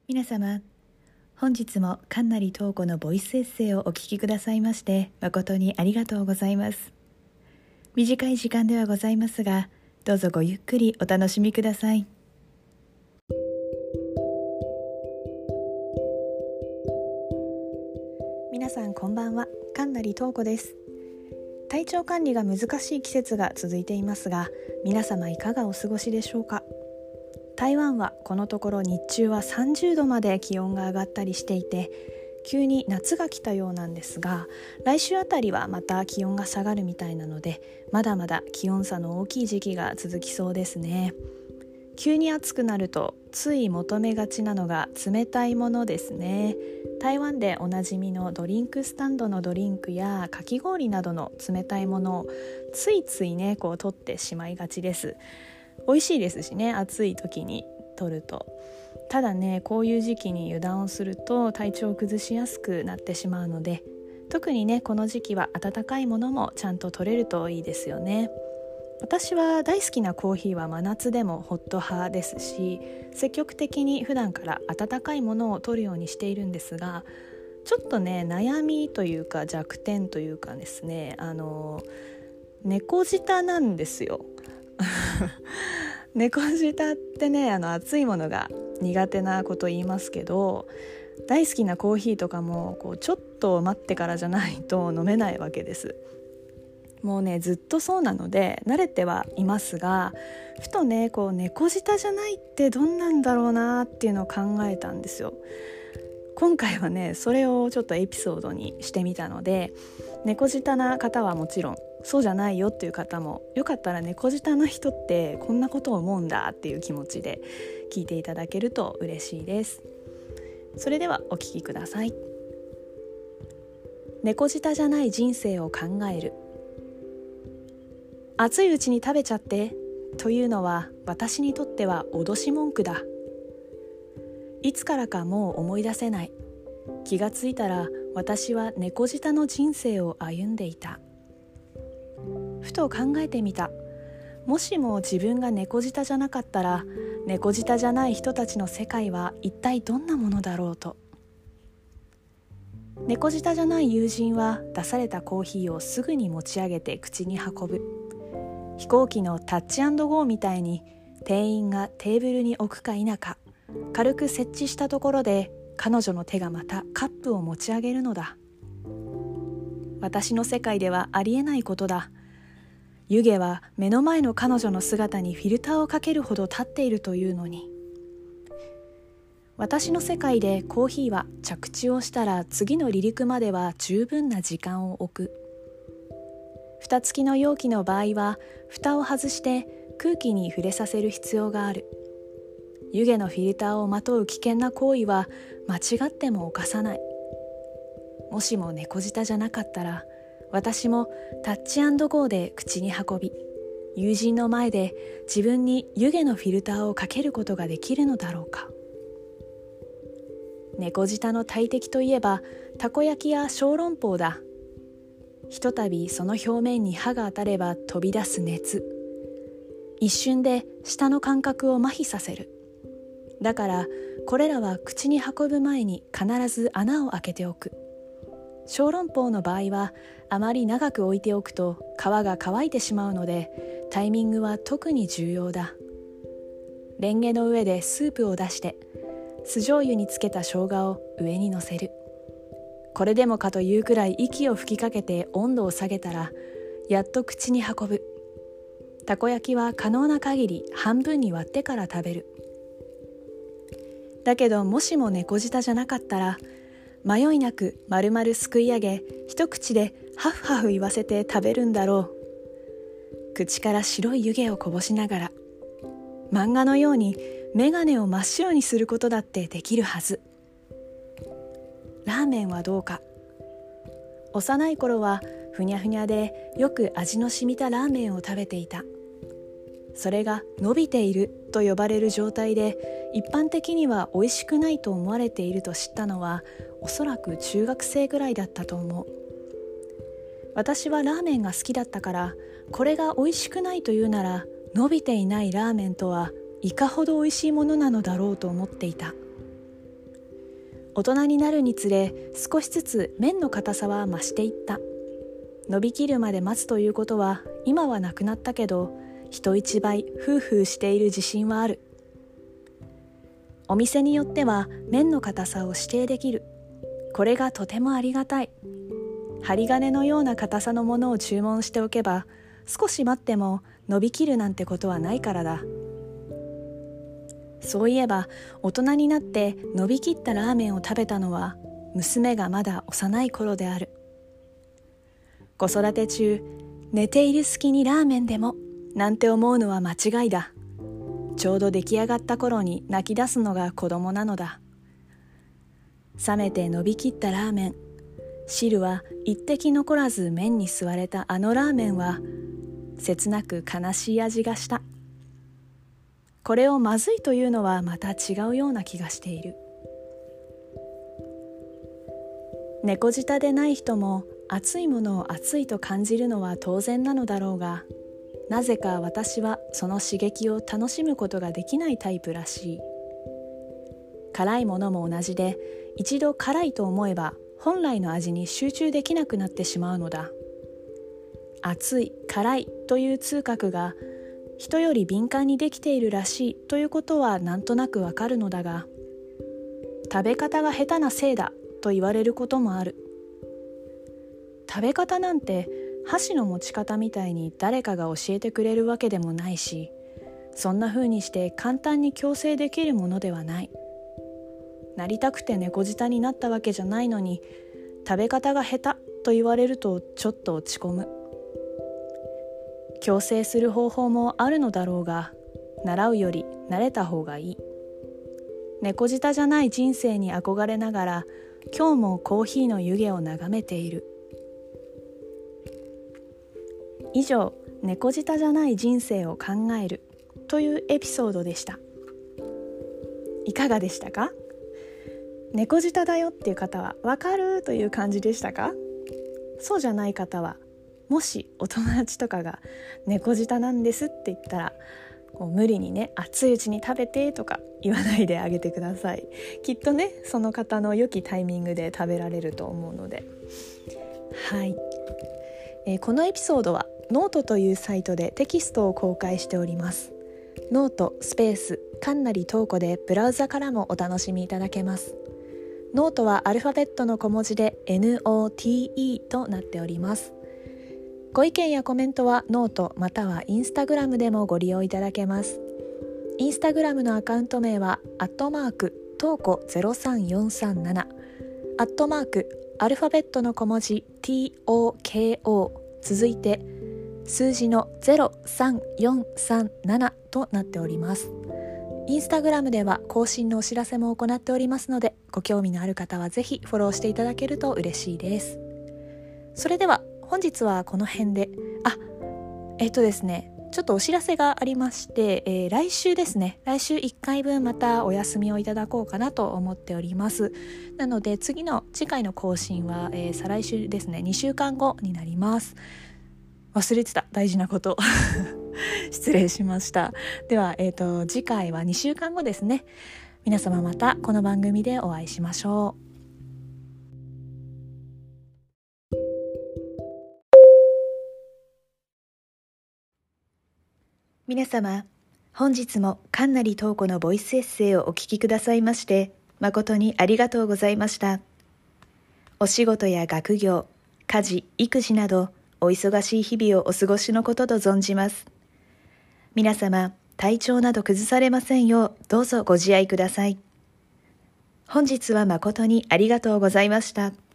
皆様、本日も神成東子のボイスエッセイをお聞きくださいまして誠にありがとうございます。短い時間ではございますが、どうぞごゆっくりお楽しみください。皆さんこんばんは、神成東子です。体調管理が難しい季節が続いていますが、皆様いかがお過ごしでしょうか。台湾はこのところ日中は30度まで気温が上がったりしていて、急に夏が来たようなんですが、来週あたりはまた気温が下がるみたいなので、まだまだ気温差の大きい時期が続きそうですね。急に暑くなるとつい求めがちなのが冷たいものですね。台湾でおなじみのドリンクスタンドのドリンクやかき氷などの冷たいものをついついね取ってしまいがちです。美味しいですしね、暑い時に取ると。ただね、こういう時期に油断をすると体調を崩しやすくなってしまうので、特にねこの時期は温かいものもちゃんと取れるといいですよね。私は大好きなコーヒーは真夏でもホット派ですし、積極的に普段から温かいものを取るようにしているんですが、ちょっとね悩みというか弱点というかですね、猫舌なんですよ。猫舌ってね、熱いものが苦手なこと言いますけど、大好きなコーヒーとかもちょっと待ってからじゃないと飲めないわけです。もうねずっとそうなので慣れてはいますが、ふとね猫舌じゃないってどんなんだろうなっていうのを考えたんですよ。今回はねそれをちょっとエピソードにしてみたので、猫舌な方はもちろん、そうじゃないよっていう方も、よかったら猫舌の人ってこんなことを思うんだっていう気持ちで聞いていただけると嬉しいです。それではお聞きください。猫舌じゃない人生を考える。熱いうちに食べちゃってというのは私にとっては脅し文句だ。いつからかもう思い出せない。気がついたら私は猫舌の人生を歩んでいた。ふと考えてみた。もしも自分が猫舌じゃなかったら、猫舌じゃない人たちの世界は一体どんなものだろうと。猫舌じゃない友人は出されたコーヒーをすぐに持ち上げて口に運ぶ。飛行機のタッチ&ゴーみたいに店員がテーブルに置くか否か軽く設置したところで、彼女の手がまたカップを持ち上げるのだ。私の世界ではありえないことだ。湯気は目の前の彼女の姿にフィルターをかけるほど立っているというのに。私の世界でコーヒーは着地をしたら次の離陸までは十分な時間を置く。蓋付きの容器の場合は蓋を外して空気に触れさせる必要がある。湯気のフィルターをまとう危険な行為は間違っても犯さない。もしも猫舌じゃなかったら、私もタッチ&ゴーで口に運び、友人の前で自分に湯気のフィルターをかけることができるのだろうか。猫舌の大敵といえばたこ焼きや小籠包だ。ひとたびその表面に刃が当たれば飛び出す熱、一瞬で舌の感覚を麻痺させる。だからこれらは口に運ぶ前に必ず穴を開けておく。小籠包の場合はあまり長く置いておくと皮が乾いてしまうので、タイミングは特に重要だ。レンゲの上でスープを出して、酢醤油につけた生姜を上にのせる。これでもかというくらい息を吹きかけて温度を下げたら、やっと口に運ぶ。たこ焼きは可能な限り半分に割ってから食べる。だけどもしも猫舌じゃなかったら、迷いなく丸々すくい上げ、一口でハフハフ言わせて食べるんだろう。口から白い湯気をこぼしながら、漫画のように眼鏡を真っ白にすることだってできるはず。ラーメンはどうか。幼い頃はふにゃふにゃでよく味の染みたラーメンを食べていた。それが伸びていると呼ばれる状態で、一般的には美味しくないと思われていると知ったのは、おそらく中学生ぐらいだったと思う。私はラーメンが好きだったから、これが美味しくないというなら、伸びていないラーメンとはいかほど美味しいものなのだろうと思っていた。 大人になるにつれ少しずつ麺の硬さは増していった。伸びきるまで待つということは今はなくなったけど、人一倍フーフーしている自信はある。お店によっては麺の硬さを指定できる。これがとてもありがたい。針金のような硬さのものを注文しておけば、少し待っても伸びきるなんてことはないからだ。そういえば大人になって伸びきったラーメンを食べたのは娘がまだ幼い頃である。子育て中、寝ている隙にラーメンでもなんて思うのは間違いだ。ちょうど出来上がった頃に泣き出すのが子供なのだ。冷めて伸びきったラーメン、汁は一滴残らず麺に吸われたあのラーメンは切なく悲しい味がした。これをまずいというのはまた違うような気がしている。猫舌でない人も熱いものを熱いと感じるのは当然なのだろうが、なぜか私はその刺激を楽しむことができないタイプらしい。辛いものも同じで、一度辛いと思えば本来の味に集中できなくなってしまうのだ。熱い、辛いという痛覚が人より敏感にできているらしいということはなんとなくわかるのだが、食べ方が下手なせいだと言われることもある。食べ方なんて箸の持ち方みたいに誰かが教えてくれるわけでもないし、そんな風にして簡単に矯正できるものではない。なりたくて猫舌になったわけじゃないのに、食べ方が下手と言われるとちょっと落ち込む。矯正する方法もあるのだろうが、習うより慣れた方がいい。猫舌じゃない人生に憧れながら、今日もコーヒーの湯気を眺めている。以上、猫舌じゃない人生を考えるというエピソードでした。いかがでしたか？猫舌だよっていう方はわかるという感じでしたか？そうじゃない方は、もしお友達とかが猫舌なんですって言ったら、無理にね、熱いうちに食べてとか言わないであげてください。きっとね、その方の良きタイミングで食べられると思うので。はい、このエピソードはノートというサイトでテキストを公開しております。ノートスペースかんなりとうこでブラウザからもお楽しみいただけます。ノートはアルファベットの小文字で NOTE となっております。ご意見やコメントはノートまたはインスタグラムでもご利用いただけます。インスタグラムのアカウント名はとうこ03437アルファベットの小文字 TOKO 続いて数字の03437となっております。インスタグラムでは更新のお知らせも行っておりますので、ご興味のある方はぜひフォローしていただけると嬉しいです。それでは本日はこの辺で、ですね、ちょっとお知らせがありまして、来週ですね、来週1回分またお休みをいただこうかなと思っております。なので次回の更新は、再来週ですね、2週間後になります。忘れてた、大事なこと失礼しました。では、次回は2週間後ですね。皆様またこの番組でお会いしましょう。皆様、本日もかんなりとうこのボイスエッセイをお聞きくださいまして誠にありがとうございました。お仕事や学業、家事、育児などお忙しい日々をお過ごしのことと存じます。皆様、体調など崩されませんようどうぞご自愛ください。本日は誠にありがとうございました。